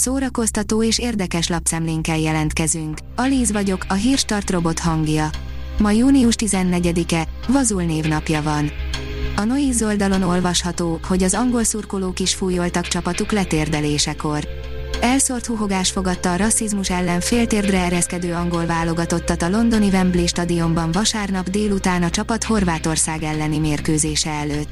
szórakoztató és érdekes lapszemlénkkel jelentkezünk. Alíz vagyok, a Hírstart robot hangja. Ma június 14-e, Vazul névnapja van. A Noise oldalon olvasható, hogy az angol szurkolók is fújoltak csapatuk letérdelésekor. Elszórt huhogás fogadta a rasszizmus ellen féltérdre ereszkedő angol válogatottat a londoni Wembley stadionban vasárnap délután a csapat Horvátország elleni mérkőzése előtt.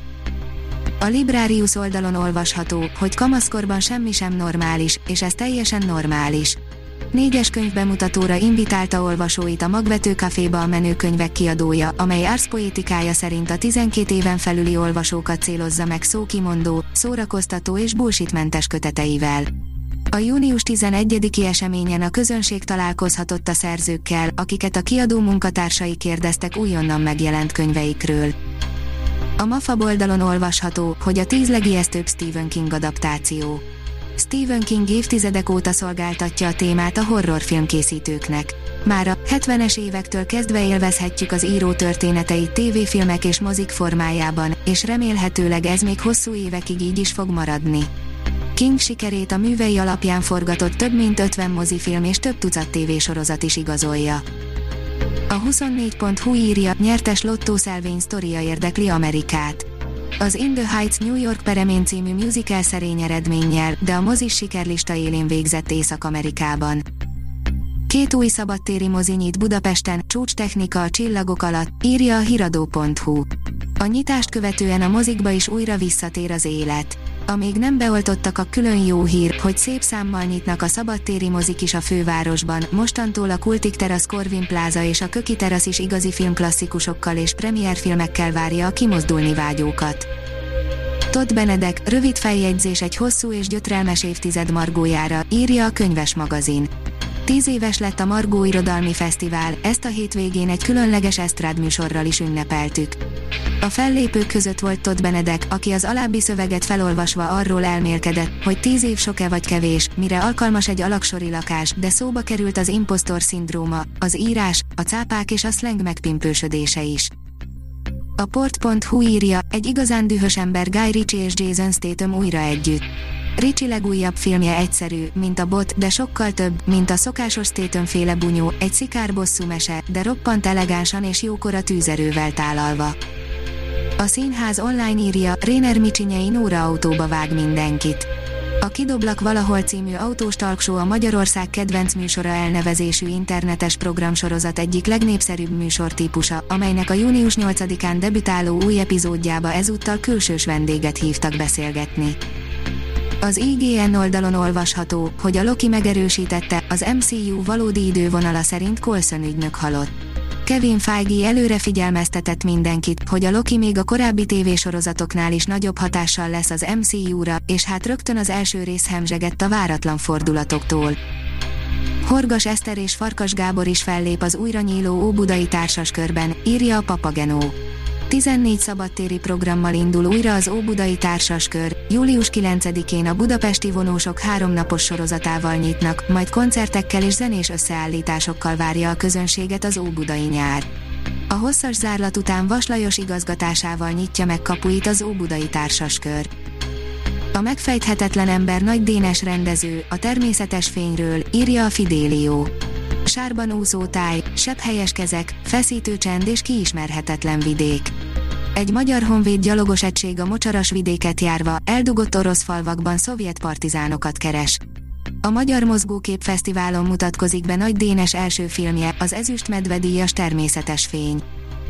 A Librarius oldalon olvasható, hogy kamaszkorban semmi sem normális, és ez teljesen normális. 4-es könyvbemutatóra invitálta olvasóit a Magvető Caféba a Menőkönyvek kiadója, amely árszpoétikája szerint a 12 éven felüli olvasókat célozza meg szókimondó, szórakoztató és bullshitmentes köteteivel. A június 11-i eseményen a közönség találkozhatott a szerzőkkel, akiket a kiadó munkatársai kérdeztek újonnan megjelent könyveikről. A Mafab oldalon olvasható, hogy a 10 legijesztőbb Stephen King adaptáció. Stephen King évtizedek óta szolgáltatja a témát a horrorfilmkészítőknek. Már a 70-es évektől kezdve élvezhetjük az író történeteit tévéfilmek és mozik formájában, és remélhetőleg ez még hosszú évekig így is fog maradni. King sikerét a művei alapján forgatott több mint 50 mozifilm és több tucat tévésorozat is igazolja. A 24.hu írja, nyertes lottószelvény sztoria érdekli Amerikát. Az In the Heights New York Peremén című musical szerény eredménnyel, de a mozis sikerlista élén végzett Észak-Amerikában. 2 új szabadtéri mozi nyit Budapesten, csúcstechnika a csillagok alatt, írja a hiradó.hu. A nyitást követően a mozikba is újra visszatér az élet. A még nem beoltottak a külön jó hír, hogy szép számmal nyitnak a szabadtéri mozik is a fővárosban, mostantól a Kultik Terasz Corvin Plaza és a Köki Terasz is igazi filmklasszikusokkal és premierfilmekkel várja a kimozdulni vágyókat. Todd Benedek, rövid feljegyzés egy hosszú és gyötrelmes évtized Margójára, írja a Könyves magazin. 10 éves lett a Margó Irodalmi Fesztivál, ezt a hétvégén egy különleges esztrádműsorral is ünnepeltük. A fellépők között volt Todd Benedek, aki az alábbi szöveget felolvasva arról elmélkedett, hogy 10 év sok-e vagy kevés, mire alkalmas egy alaksori lakás, de szóba került az imposztor szindróma, az írás, a cápák és a szleng megpimpősödése is. A port.hu írja, egy igazán dühös ember Guy Ritchie és Jason Statham újra együtt. Ritchie legújabb filmje egyszerű, mint a bot, de sokkal több, mint a szokásos Statham-féle bunyó, egy szikárbosszú mese, de roppant elegánsan és jókora tűzerővel tálalva. A Színház online írja, Réner Micsinyei Nóra autóba vág mindenkit. A Kidoblak valahol című autós talkshow a Magyarország kedvenc műsora elnevezésű internetes programsorozat egyik legnépszerűbb műsortípusa, amelynek a június 8-án debütáló új epizódjába ezúttal külsős vendéget hívtak beszélgetni. Az IGN oldalon olvasható, hogy a Loki megerősítette, az MCU valódi idővonala szerint Coulson ügynök halott. Kevin Feige előre figyelmeztetett mindenkit, hogy a Loki még a korábbi tévésorozatoknál is nagyobb hatással lesz az MCU-ra, és hát rögtön az első rész hemzsegett a váratlan fordulatoktól. Horgas Eszter és Farkas Gábor is fellép az újra nyíló óbudai társaskörben, írja a Papagenó. 14 szabadtéri programmal indul újra az Óbudai Társaskör, július 9-én a budapesti vonósok 3 napos sorozatával nyitnak, majd koncertekkel és zenés összeállításokkal várja a közönséget az óbudai nyár. A hosszas zárlat után Vas Lajos igazgatásával nyitja meg kapuit az Óbudai Társaskör. A megfejthetetlen ember Nagy Dénes rendező, a természetes fényről, írja a Fidelio. Sárban úszó táj, sebhelyes kezek, feszítő csend és kiismerhetetlen vidék. Egy magyar honvéd gyalogos egység a mocsaras vidéket járva, eldugott orosz falvakban szovjet partizánokat keres. A Magyar Mozgókép Fesztiválon mutatkozik be Nagy Dénes első filmje, az Ezüst Medve-díjas Természetes fény.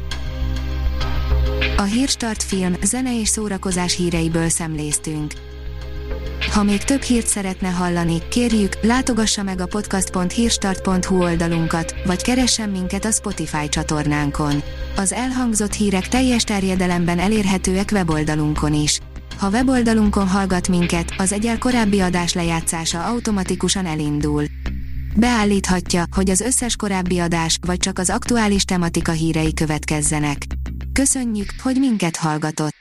A Hírstart film, zene és szórakozás híreiből szemléztünk. Ha még több hírt szeretne hallani, kérjük, látogassa meg a podcast.hírstart.hu oldalunkat, vagy keressen minket a Spotify csatornánkon. Az elhangzott hírek teljes terjedelemben elérhetőek weboldalunkon is. Ha weboldalunkon hallgat minket, az egyel korábbi adás lejátszása automatikusan elindul. Beállíthatja, hogy az összes korábbi adás, vagy csak az aktuális tematika hírei következzenek. Köszönjük, hogy minket hallgatott!